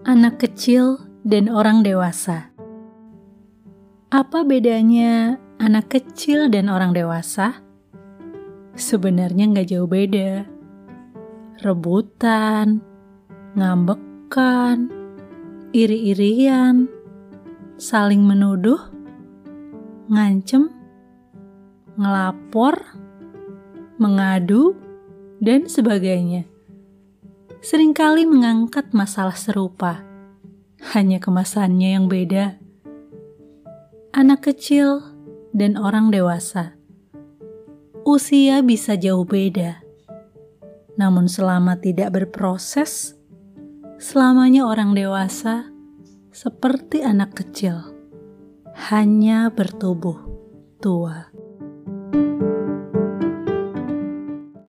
Anak kecil dan orang dewasa. Apa bedanya anak kecil dan orang dewasa? Sebenarnya nggak jauh beda. Rebutan, ngambekan, iri-irian, saling menuduh, ngancem, ngelapor, mengadu, dan sebagainya. Seringkali mengangkat masalah serupa, hanya kemasannya yang beda. Anak kecil dan orang dewasa, usia bisa jauh beda. Namun selama tidak berproses, selamanya orang dewasa seperti anak kecil, hanya bertubuh tua.